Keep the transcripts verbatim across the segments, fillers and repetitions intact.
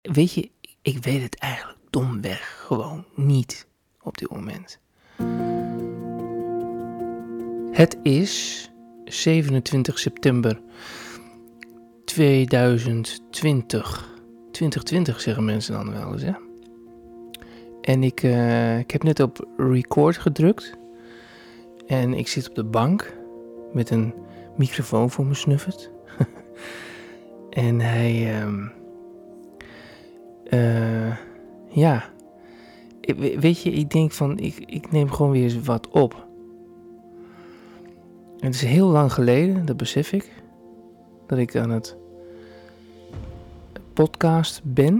Weet je, ik weet het eigenlijk domweg gewoon niet op dit moment. Het is zevenentwintig september tweeduizend twintig. twintig twintig zeggen mensen dan wel eens, hè? En ik, uh, ik heb net op record gedrukt. En ik zit op de bank met een microfoon voor me snuffert. En hij... Um, uh, ja... Weet je, ik denk van, ik, ik neem gewoon weer eens wat op. Het is heel lang geleden, dat besef ik, dat ik aan het podcast ben.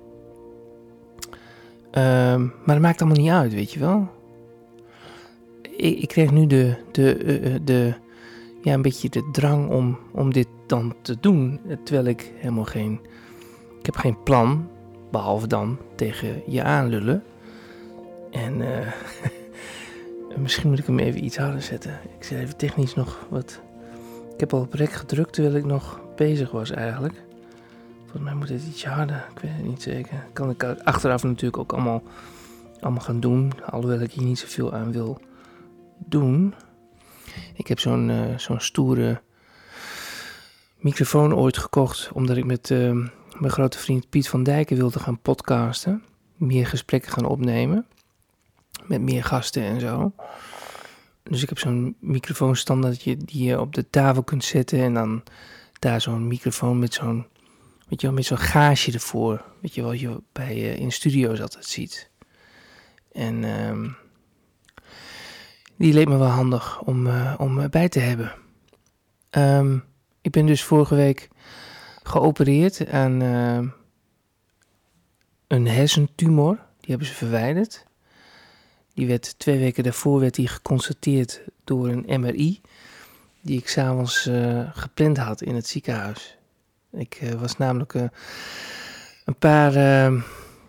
Um, maar dat maakt allemaal niet uit, weet je wel. Ik, ik kreeg nu de, de, uh, de, ja, een beetje de drang om, om dit dan te doen. Terwijl ik helemaal geen, ik heb geen plan, behalve dan tegen je aanlullen. En uh, misschien moet ik hem even iets harder zetten. Ik zit even technisch nog wat... Ik heb al op rek gedrukt terwijl ik nog bezig was eigenlijk. Volgens mij moet het ietsje harder. Ik weet het niet zeker. Kan ik achteraf natuurlijk ook allemaal, allemaal gaan doen. Alhoewel ik hier niet zoveel aan wil doen. Ik heb zo'n, uh, zo'n stoere microfoon ooit gekocht. Omdat ik met uh, mijn grote vriend Piet van Dijken wilde gaan podcasten. Meer gesprekken gaan opnemen. Met meer gasten en zo. Dus ik heb zo'n microfoonstandaardje die je op de tafel kunt zetten. En dan daar zo'n microfoon met zo'n, weet je wel, met zo'n gaasje ervoor. Weet je wel, wat je bij, uh, in studio's altijd ziet. En um, die leek me wel handig om, uh, om bij te hebben. Um, ik ben dus vorige week geopereerd aan uh, een hersentumor. Die hebben ze verwijderd. Die werd twee weken daarvoor werd die geconstateerd door een M R I. Die ik s'avonds uh, gepland had in het ziekenhuis. Ik uh, was namelijk uh, een paar... Uh,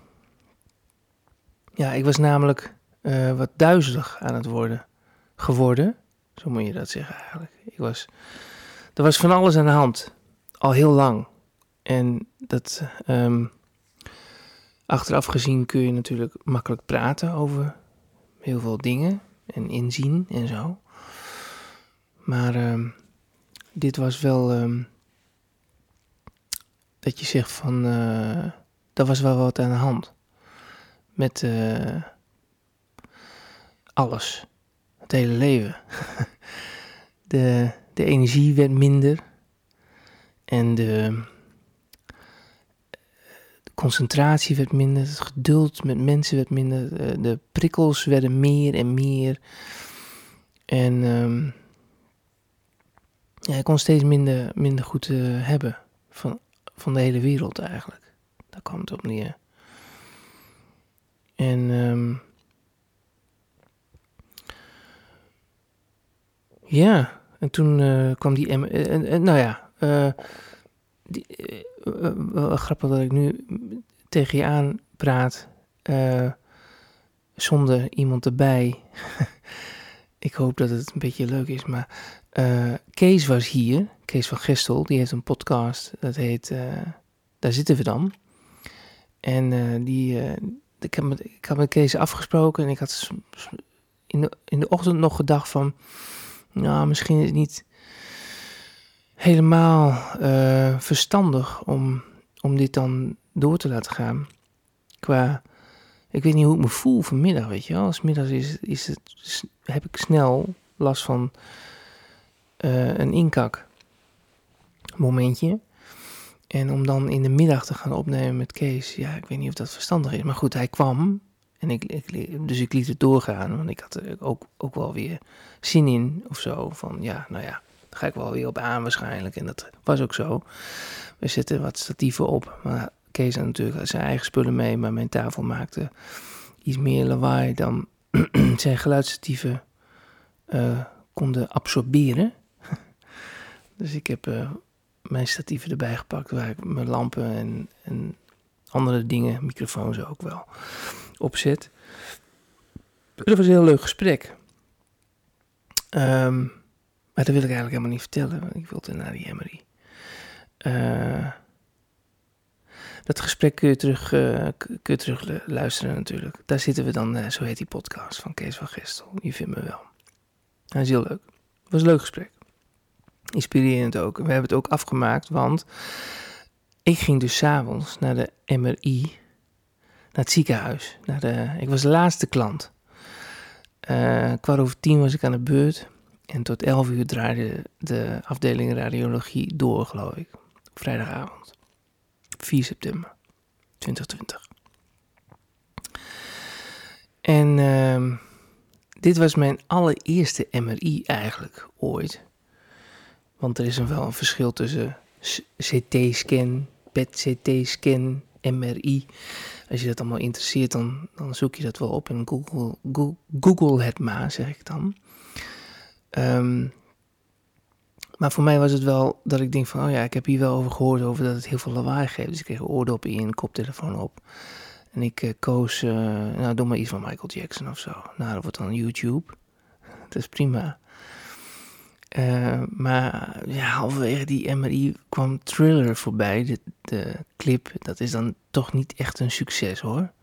ja, ik was namelijk uh, wat duizelig aan het worden. Geworden. Zo moet je dat zeggen eigenlijk. Ik was... Er was van alles aan de hand. Al heel lang. En dat... Um, achteraf gezien kun je natuurlijk makkelijk praten over heel veel dingen. En inzien en zo. Maar um, dit was wel... Um, dat je zegt van... Uh, er was wel wat aan de hand. Met uh, alles. Het hele leven. de, de energie werd minder. En de, de concentratie werd minder. Het geduld met mensen werd minder. De, de prikkels werden meer en meer. En um, ja, ik kon steeds minder, minder goed uh, hebben. Van, van de hele wereld eigenlijk. Daar kwam het op neer. En um, ja, en toen uh, kwam die... M- uh, uh, uh, nou ja, uh, die, uh, uh, uh, grappig dat ik nu tegen je aan praat uh, zonder iemand erbij. Ik hoop dat het een beetje leuk is, maar uh, Kees was hier, Kees van Gestel, die heeft een podcast, dat heet uh, Daar Zitten We Dan. En uh, die... Uh, Ik, heb met, ik had met Kees afgesproken en ik had in de, in de ochtend nog gedacht van... Nou, misschien is het niet helemaal uh, verstandig om, om dit dan door te laten gaan. Qua, ik weet niet hoe ik me voel vanmiddag, weet je wel. Als middags is, is het, heb ik snel last van uh, een inkak momentje. En om dan in de middag te gaan opnemen met Kees, ja, ik weet niet of dat verstandig is. Maar goed, hij kwam en ik, ik, dus ik liet het doorgaan, want ik had er ook, ook wel weer zin in of zo. Van ja, nou ja, daar ga ik wel weer op aan waarschijnlijk. En dat was ook zo. We zetten wat statieven op, maar Kees had natuurlijk zijn eigen spullen mee, maar mijn tafel maakte iets meer lawaai dan zijn geluidsstatieven uh, konden absorberen. Dus ik heb... Uh, mijn statieven erbij gepakt, waar ik mijn lampen en, en andere dingen, microfoons ook wel, opzet. Dat was een heel leuk gesprek. Um, maar dat wil ik eigenlijk helemaal niet vertellen, want ik wilde naar die M R I. Uh, dat gesprek kun je terug, uh, kun je terug luisteren natuurlijk. Daar zitten we dan, uh, zo heet die podcast van Kees van Gestel. Je vindt me wel. Hij is heel leuk. Het was een leuk gesprek. Inspirerend ook. We hebben het ook afgemaakt, want ik ging dus 's avonds naar de M R I, naar het ziekenhuis. Naar de, ik was de laatste klant. Uh, kwart over tien was ik aan de beurt. En tot elf uur draaide de afdeling radiologie door, geloof ik. Op vrijdagavond. vier september twintig twintig. En uh, dit was mijn allereerste M R I eigenlijk ooit. Want er is dan wel een verschil tussen C T-scan, P E T-C T-scan, M R I. Als je dat allemaal interesseert, dan, dan zoek je dat wel op en Google, Google, Google het maar, zeg ik dan. Um, maar voor mij was het wel dat ik denk van, oh ja, ik heb hier wel over gehoord over dat het heel veel lawaai geeft. Dus ik kreeg oordop in, koptelefoon op. En ik uh, koos, uh, nou doe maar iets van Michael Jackson of zo. Nou, dat wordt dan YouTube. Dat is prima. Uh, maar ja, halverwege die M R I kwam Thriller voorbij, de, de clip. Dat is dan toch niet echt een succes, hoor.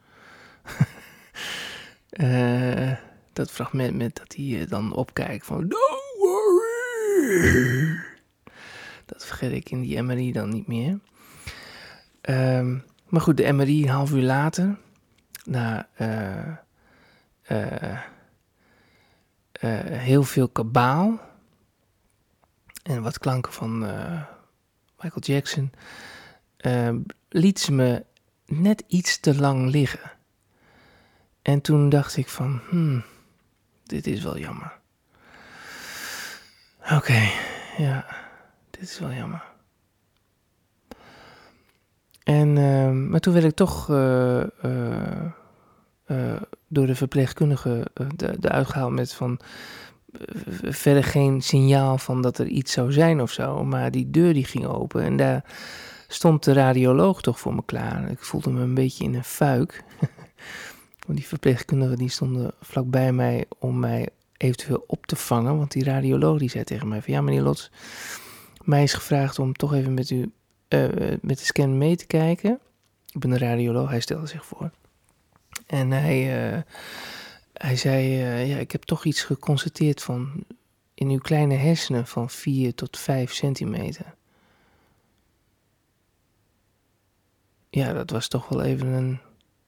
uh, dat fragment met dat hij uh, dan opkijkt van don't worry. Dat vergeet ik in die M R I dan niet meer. Um, maar goed, de M R I een half uur later, na uh, uh, uh, heel veel kabaal en wat klanken van uh, Michael Jackson, uh, liet ze me net iets te lang liggen. En toen dacht ik van, hmm, dit is wel jammer. Oké, okay, ja, dit is wel jammer. En, uh, maar toen werd ik toch uh, uh, uh, door de verpleegkundige uh, eruit gehaald met van uh, verder geen signaal van dat er iets zou zijn of zo. Maar die deur die ging open en daar stond de radioloog toch voor me klaar. Ik voelde me een beetje in een fuik. Want die verpleegkundigen die stonden vlakbij mij om mij eventueel op te vangen. Want die radioloog die zei tegen mij van ja meneer Lots, mij is gevraagd om toch even met u uh, met de scan mee te kijken. Ik ben een radioloog, hij stelde zich voor. En hij, uh, hij zei, uh, ja ik heb toch iets geconstateerd van in uw kleine hersenen van vier tot vijf centimeter. Ja, dat was toch wel even een...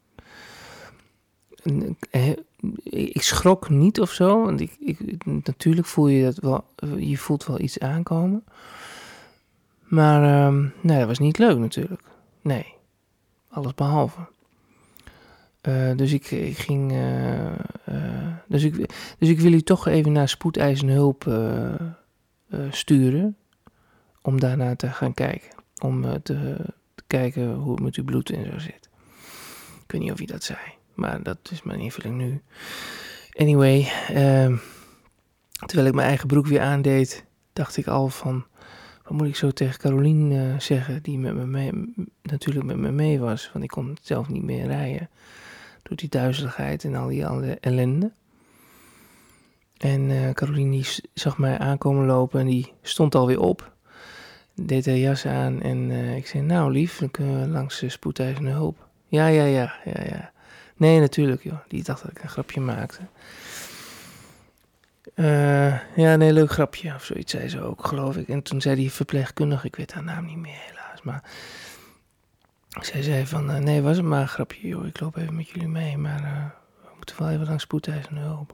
een, een ik schrok niet of zo, want ik, ik, natuurlijk voel je dat wel, je voelt wel iets aankomen. Maar um, nee, dat was niet leuk natuurlijk. Nee, alles behalve. Uh, dus ik, ik ging, uh, uh, dus, ik, dus ik wil u toch even naar spoedeisende hulp uh, uh, sturen, om daarna te gaan kijken. Om uh, te, te kijken hoe het met uw bloed en zo zit. Ik weet niet of hij dat zei. Maar dat is mijn invulling nu. Anyway, uh, terwijl ik mijn eigen broek weer aandeed, dacht ik al van, wat moet ik zo tegen Carolien uh, zeggen, die met me mee, natuurlijk met me mee was. Want ik kon zelf niet meer rijden, door die duizeligheid en al die andere ellende. En uh, Carolien die zag mij aankomen lopen en die stond alweer op, deed haar jas aan en uh, ik zei, nou lief, dan kunnen we langs de spoedeisende hulp. Ja, ja, ja, ja, ja. Nee, natuurlijk, joh. Die dacht dat ik een grapje maakte. Uh, ja, nee, leuk grapje. Of zoiets zei ze ook, geloof ik. En toen zei die verpleegkundige, ik weet haar naam niet meer helaas, maar zij zei van, uh, nee, was het maar een grapje, joh. Ik loop even met jullie mee, maar uh, we moeten wel even langs spoedeisende hulp.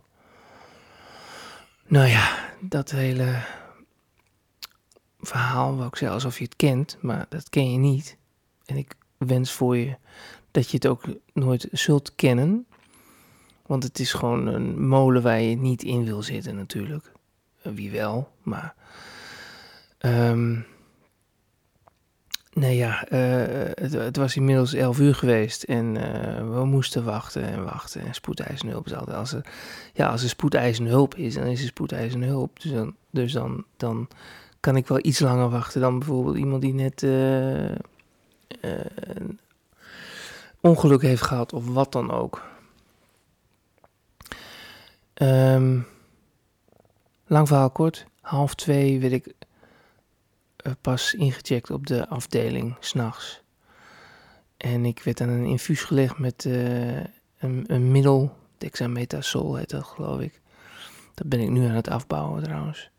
Nou ja, dat hele verhaal, wou ik zeggen, alsof je het kent, maar dat ken je niet. En ik wens voor je dat je het ook nooit zult kennen. Want het is gewoon een molen waar je niet in wil zitten natuurlijk. Wie wel, maar... Um, nee ja, uh, het, het was inmiddels elf uur geweest en uh, we moesten wachten en wachten. En spoedeisende hulp is altijd... Als er, ja, als er spoedeisende hulp is, dan is er spoedeisende hulp. Dus dan, dus dan, dan kan ik wel iets langer wachten dan bijvoorbeeld iemand die net... Uh, uh, een ongeluk heeft gehad of wat dan ook. Um, lang verhaal kort, half twee werd ik uh, pas ingecheckt op de afdeling, 's nachts. En ik werd aan een infuus gelegd met uh, een, een middel, dexamethason heet dat, geloof ik. Dat ben ik nu aan het afbouwen trouwens.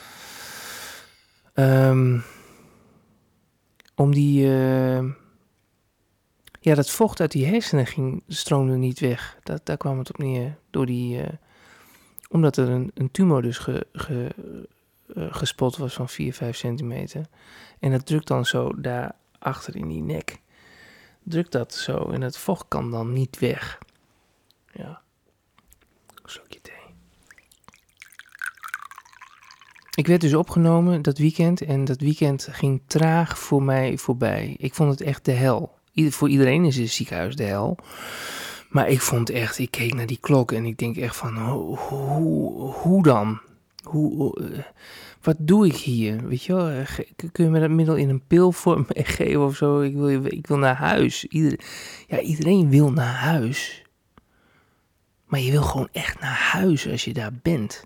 Um, om die... Uh, ja, dat vocht uit die hersenen ging, stroomde niet weg. Dat, daar kwam het op neer. Door die, uh, omdat er een, een tumor dus ge, ge, uh, gespot was van vier, vijf centimeter. En dat drukt dan zo daar achter in die nek. Drukt dat zo en het vocht kan dan niet weg. Ja. Een slokje thee. Ik werd dus opgenomen dat weekend en dat weekend ging traag voor mij voorbij. Ik vond het echt de hel. Ieder, voor iedereen is het ziekenhuis de hel. Maar ik vond echt, ik keek naar die klok en ik denk echt van, hoe, hoe, hoe dan? Hoe, uh, wat doe ik hier? Weet je wel, kun je me dat middel in een pilvorm meegeven of zo? Ik wil, ik wil naar huis. Ieder, ja, iedereen wil naar huis. Maar je wil gewoon echt naar huis als je daar bent.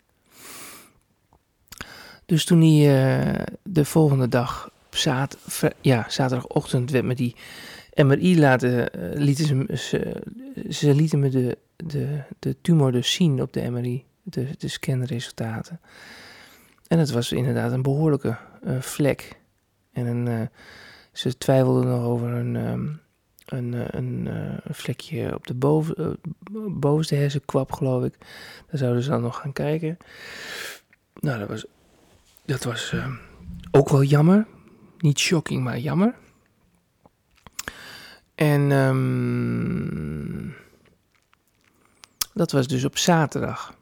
Dus toen hij uh, de volgende dag, zat, ja, zaterdagochtend, werd met die M R I laten, uh, lieten ze, ze, ze lieten me de, de, de tumor dus zien op de M R I, de, de scanresultaten. En het was inderdaad een behoorlijke uh, vlek. En een, uh, ze twijfelden nog over een, um, een, uh, een, uh, een vlekje op de boven, uh, bovenste hersenkwap, geloof ik. Daar zouden ze dan nog gaan kijken. Nou, dat was, dat was uh, ook wel jammer. Niet shocking, maar jammer. En um, dat was dus op zaterdag.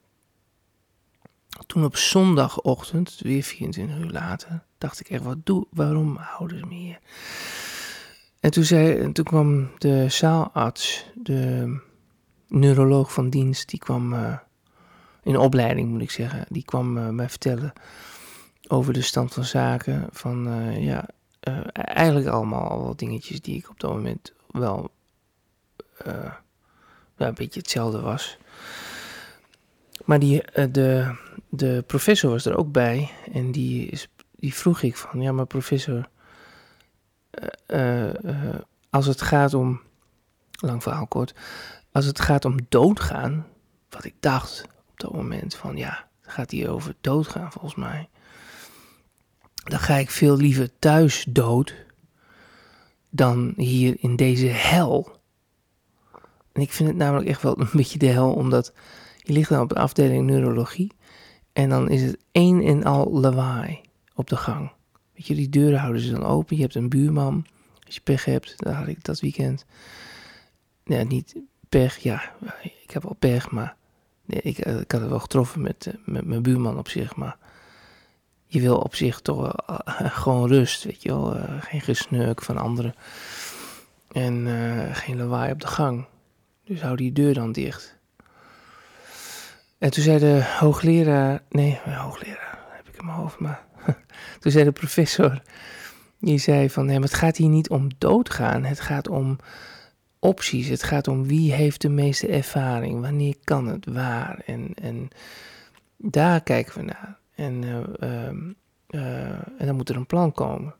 Toen op zondagochtend, weer vierentwintig uur later, dacht ik echt, wat doe, waarom houden ze me hier? En toen, zei, en toen kwam de zaalarts, de neuroloog van dienst, die kwam, uh, in opleiding moet ik zeggen, die kwam uh, mij vertellen over de stand van zaken. Van uh, ja, uh, eigenlijk allemaal al wat dingetjes die ik op dat moment wel uh, ja, een beetje hetzelfde was. Maar die, uh, de, de professor was er ook bij en die, is, die vroeg ik van, ja maar professor, uh, uh, uh, als het gaat om, lang verhaal kort, als het gaat om doodgaan, wat ik dacht op dat moment van ja, het gaat hier over doodgaan volgens mij. Dan ga ik veel liever thuis dood dan hier in deze hel. En ik vind het namelijk echt wel een beetje de hel, omdat je ligt dan op de afdeling neurologie en dan is het één en al lawaai op de gang. Weet je, die deuren houden ze dan open. Je hebt een buurman, als je pech hebt, dat had ik dat weekend. Ja, niet pech, ja, ik heb wel pech, maar nee, ik, ik had het wel getroffen met, met mijn buurman op zich, maar je wil op zich toch wel uh, gewoon rust, weet je wel. Uh, geen gesnurk van anderen. En uh, geen lawaai op de gang. Dus hou die deur dan dicht. En toen zei de hoogleraar... Nee, hoogleraar heb ik in mijn hoofd, maar... Toen zei de professor... Die zei van, nee, maar het gaat hier niet om doodgaan. Het gaat om opties. Het gaat om wie heeft de meeste ervaring. Wanneer kan het, waar. En, en daar kijken we naar. En, uh, uh, uh, en dan moet er een plan komen.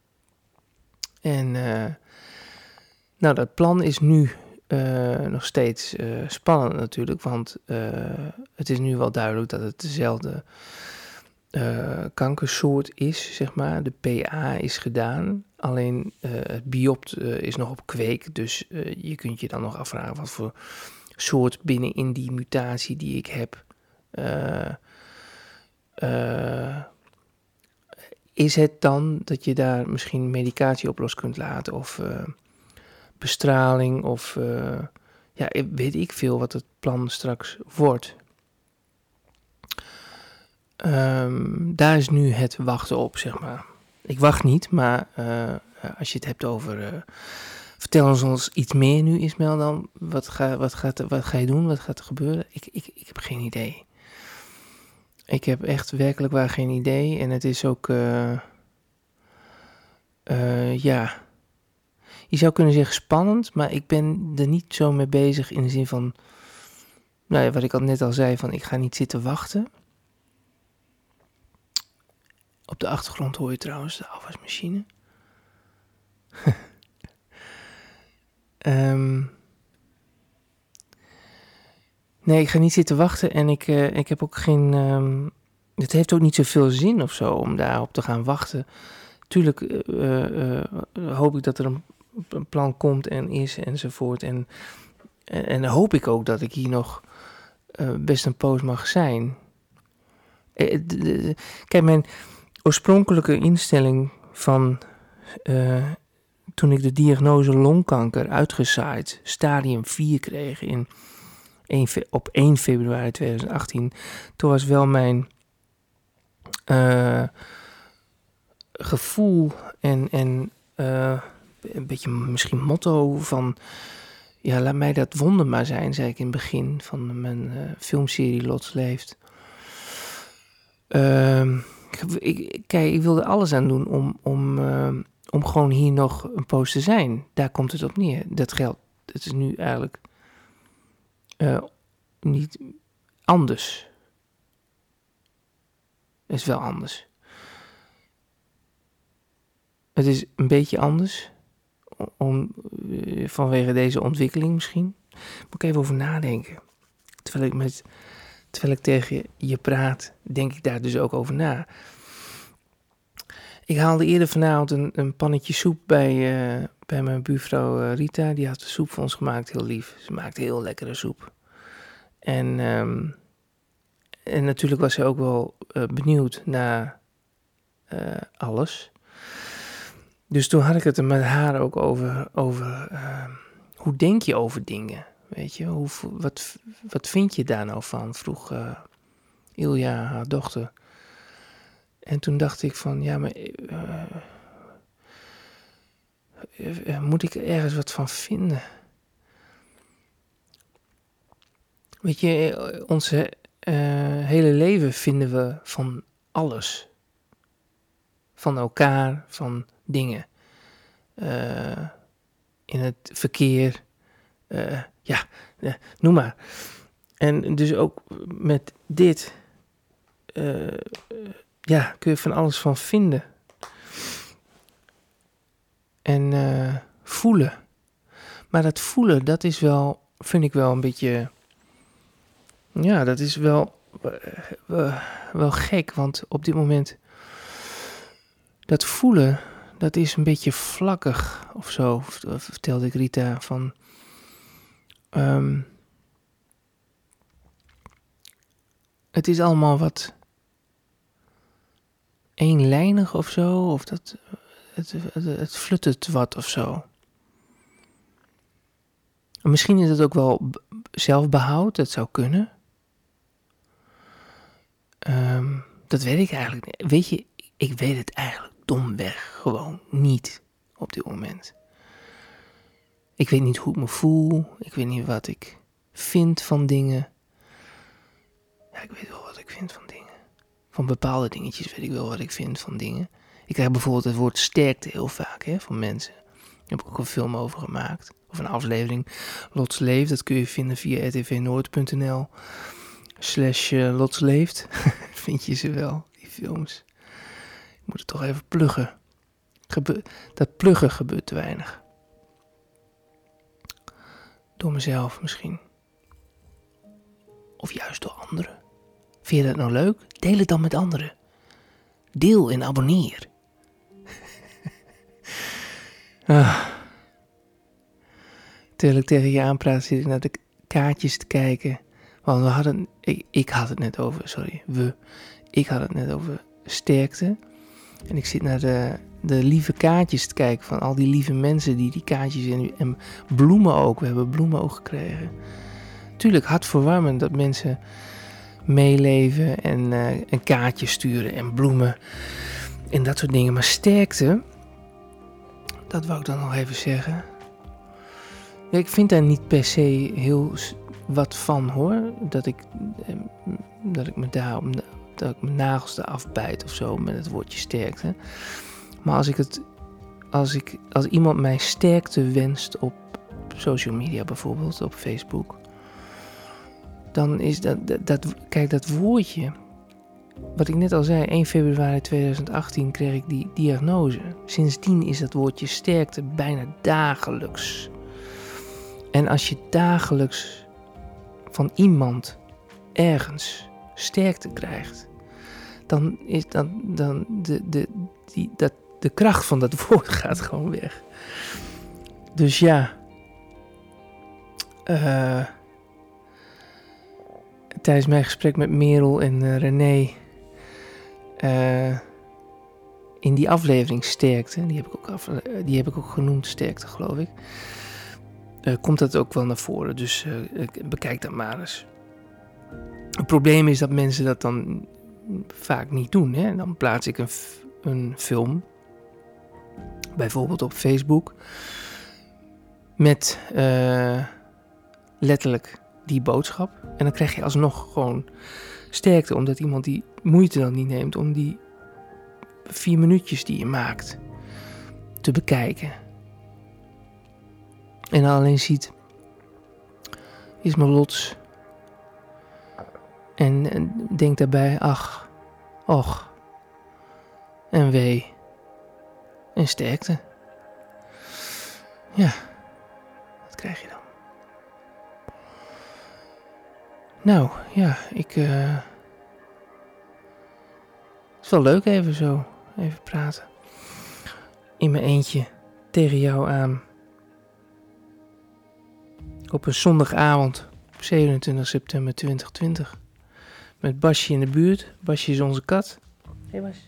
En uh, nou, dat plan is nu uh, nog steeds uh, spannend natuurlijk. Want uh, het is nu wel duidelijk dat het dezelfde uh, kankersoort is, zeg maar. De P A is gedaan. Alleen uh, het biopt uh, is nog op kweek. Dus uh, je kunt je dan nog afvragen wat voor soort binnen in die mutatie die ik heb... Uh, Uh, is het dan dat je daar misschien medicatie op los kunt laten of uh, bestraling of uh, ja, weet ik veel wat het plan straks wordt. Um, daar is nu het wachten op, zeg maar. Ik wacht niet, maar uh, als je het hebt over... Uh, vertel ons ons iets meer nu, Ismaël, dan. Wat ga, wat, gaat, wat ga je doen? Wat gaat er gebeuren? Ik, ik, ik heb geen idee. Ik heb echt werkelijk waar geen idee. En het is ook, uh, uh, ja, je zou kunnen zeggen spannend, maar ik ben er niet zo mee bezig in de zin van, nou ja, wat ik al net al zei, van ik ga niet zitten wachten. Op de achtergrond hoor je trouwens de afwasmachine. Um, nee, ik ga niet zitten wachten en ik, uh, ik heb ook geen... Um, het heeft ook niet zoveel zin of zo om daarop te gaan wachten. Tuurlijk uh, uh, hoop ik dat er een, een plan komt en is enzovoort. En, en, en hoop ik ook dat ik hier nog uh, best een poos mag zijn. Uh, de, de, kijk, mijn oorspronkelijke instelling van... Uh, toen ik de diagnose longkanker uitgezaaid stadium vier kreeg in één, op één februari tweeduizend achttien... toen was wel mijn... Uh, gevoel en, en uh, een beetje misschien motto van... ja, laat mij dat wonder maar zijn, zei ik in het begin van mijn uh, filmserie Lots Leeft. Uh, ik, kijk, ik wilde alles aan doen om, om, uh, om gewoon hier nog een poos te zijn. Daar komt het op neer. Dat geldt, het is nu eigenlijk uh, niet anders. Het is wel anders. Het is een beetje anders, om, vanwege deze ontwikkeling misschien. Moet ik even over nadenken. Terwijl ik, met, terwijl ik tegen je praat, denk ik daar dus ook over na. Ik haalde eerder vanavond een, een pannetje soep bij, uh, bij mijn buurvrouw uh, Rita. Die had de soep voor ons gemaakt, heel lief. Ze maakt heel lekkere soep. En, um, en natuurlijk was ze ook wel uh, benieuwd naar uh, alles. Dus toen had ik het er met haar ook over, over uh, hoe denk je over dingen, weet je? Hoe, wat, wat vind je daar nou van, vroeg uh, Ilja, haar dochter. En toen dacht ik van, ja, maar uh, uh, moet ik er ergens wat van vinden? Weet je, onze uh, hele leven vinden we van alles. Van elkaar, van dingen. Uh, in het verkeer. Uh, ja, uh, noem maar. En dus ook met dit. Uh, uh, ja, kun je van alles van vinden. En uh, voelen. Maar dat voelen, dat is wel, vind ik wel een beetje... Ja, dat is wel, uh, wel gek. Want op dit moment... Dat voelen, dat is een beetje vlakkig of zo, vertelde ik Rita. Van, um, het is allemaal wat eenlijnig of zo, of dat, het, het, het fluttert wat of zo. Misschien is het ook wel zelfbehoud, dat zou kunnen. Um, dat weet ik eigenlijk niet. Weet je, ik weet het eigenlijk domweg gewoon niet op dit moment. Ik weet niet hoe ik me voel. Ik weet niet wat ik vind van dingen. Ja, ik weet wel wat ik vind van dingen. Van bepaalde dingetjes weet ik wel wat ik vind van dingen. Ik krijg bijvoorbeeld het woord sterkte heel vaak hè, van mensen. Daar heb ik ook een film over gemaakt. Of een aflevering. Lots Leeft. Dat kun je vinden via r t v noord punt n l slash Lots Leeft. Vind je ze wel, die films. Ik moet het toch even pluggen. Gebe- dat pluggen gebeurt te weinig. Door mezelf misschien. Of juist door anderen. Vind je dat nou leuk? Deel het dan met anderen. Deel en abonneer. ah. Terwijl ik tegen je aanpraat zit ik naar de kaartjes te kijken. Want we hadden... Ik, ik had het net over... Sorry, we. Ik had het net over sterkte. En ik zit naar de, de lieve kaartjes te kijken van al die lieve mensen die die kaartjes in, en bloemen ook. We hebben bloemen ook gekregen. Tuurlijk hartverwarmend dat mensen meeleven en uh, een kaartje sturen en bloemen en dat soort dingen. Maar sterkte, dat wou ik dan nog even zeggen. Ja, ik vind daar niet per se heel wat van hoor. Dat ik, dat ik me daar... dat ik mijn nagels eraf bijt of zo met het woordje sterkte. Maar als ik het, als ik, als iemand mij sterkte wenst op social media bijvoorbeeld, op Facebook, dan is dat, dat, dat kijk dat woordje, wat ik net al zei, één februari tweeduizend achttien kreeg ik die diagnose. Sindsdien is dat woordje sterkte bijna dagelijks En als je dagelijks van iemand ergens sterkte krijgt, dan is dan, dan de, de, die, dat, de kracht van dat woord gaat gewoon weg. Dus ja, uh, tijdens mijn gesprek met Merel en uh, René, uh, in die aflevering Sterkte, die heb ik ook, af, uh, die heb ik ook genoemd, Sterkte geloof ik, uh, komt dat ook wel naar voren. Dus uh, bekijk dat maar eens. Het probleem is dat mensen dat dan vaak niet doen. Hè? Dan plaats ik een, f- een film, bijvoorbeeld op Facebook, met uh, letterlijk die boodschap. En dan krijg je alsnog gewoon sterkte, omdat iemand die moeite dan niet neemt om die vier minuutjes die je maakt te bekijken. En dan alleen ziet, is mijn lots. En, en denkt daarbij, ach, och, en wee, en sterkte. Ja, dat krijg je dan. Nou, ja, ik... Uh, het is wel leuk even zo, even praten. In mijn eentje, tegen jou aan. Op een zondagavond, zevenentwintig september tweeduizend twintig. Met Basje in de buurt. Basje is onze kat. Hé hey Basje.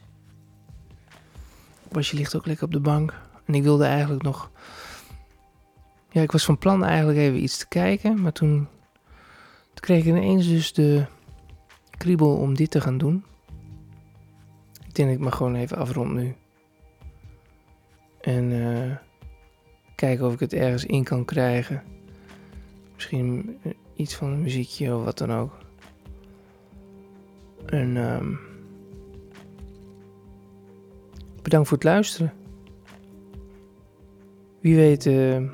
Basje ligt ook lekker op de bank. En ik wilde eigenlijk nog... Ja, ik was van plan eigenlijk even iets te kijken. Maar toen, toen kreeg ik ineens dus de kriebel om dit te gaan doen. Ik denk dat ik maar gewoon even afrond nu. En uh, kijken of ik het ergens in kan krijgen. Misschien iets van een muziekje of wat dan ook. En um, bedankt voor het luisteren. Wie weet uh,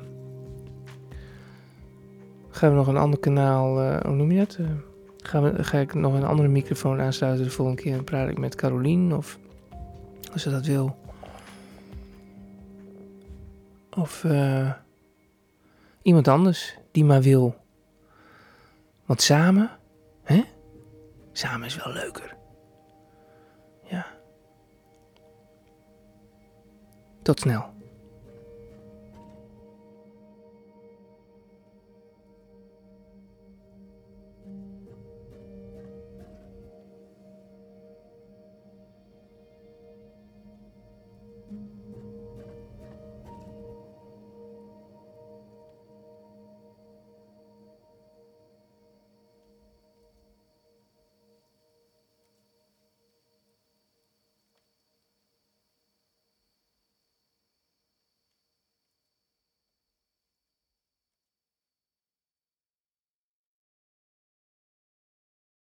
gaan we nog een ander kanaal, uh, hoe noem je dat? Uh, gaan we, ga ik nog een andere microfoon aansluiten de volgende keer en praat ik met Carolien of als ze dat wil. Of uh, iemand anders die maar wil. Want samen, hè? Samen is wel leuker. Ja. Tot snel.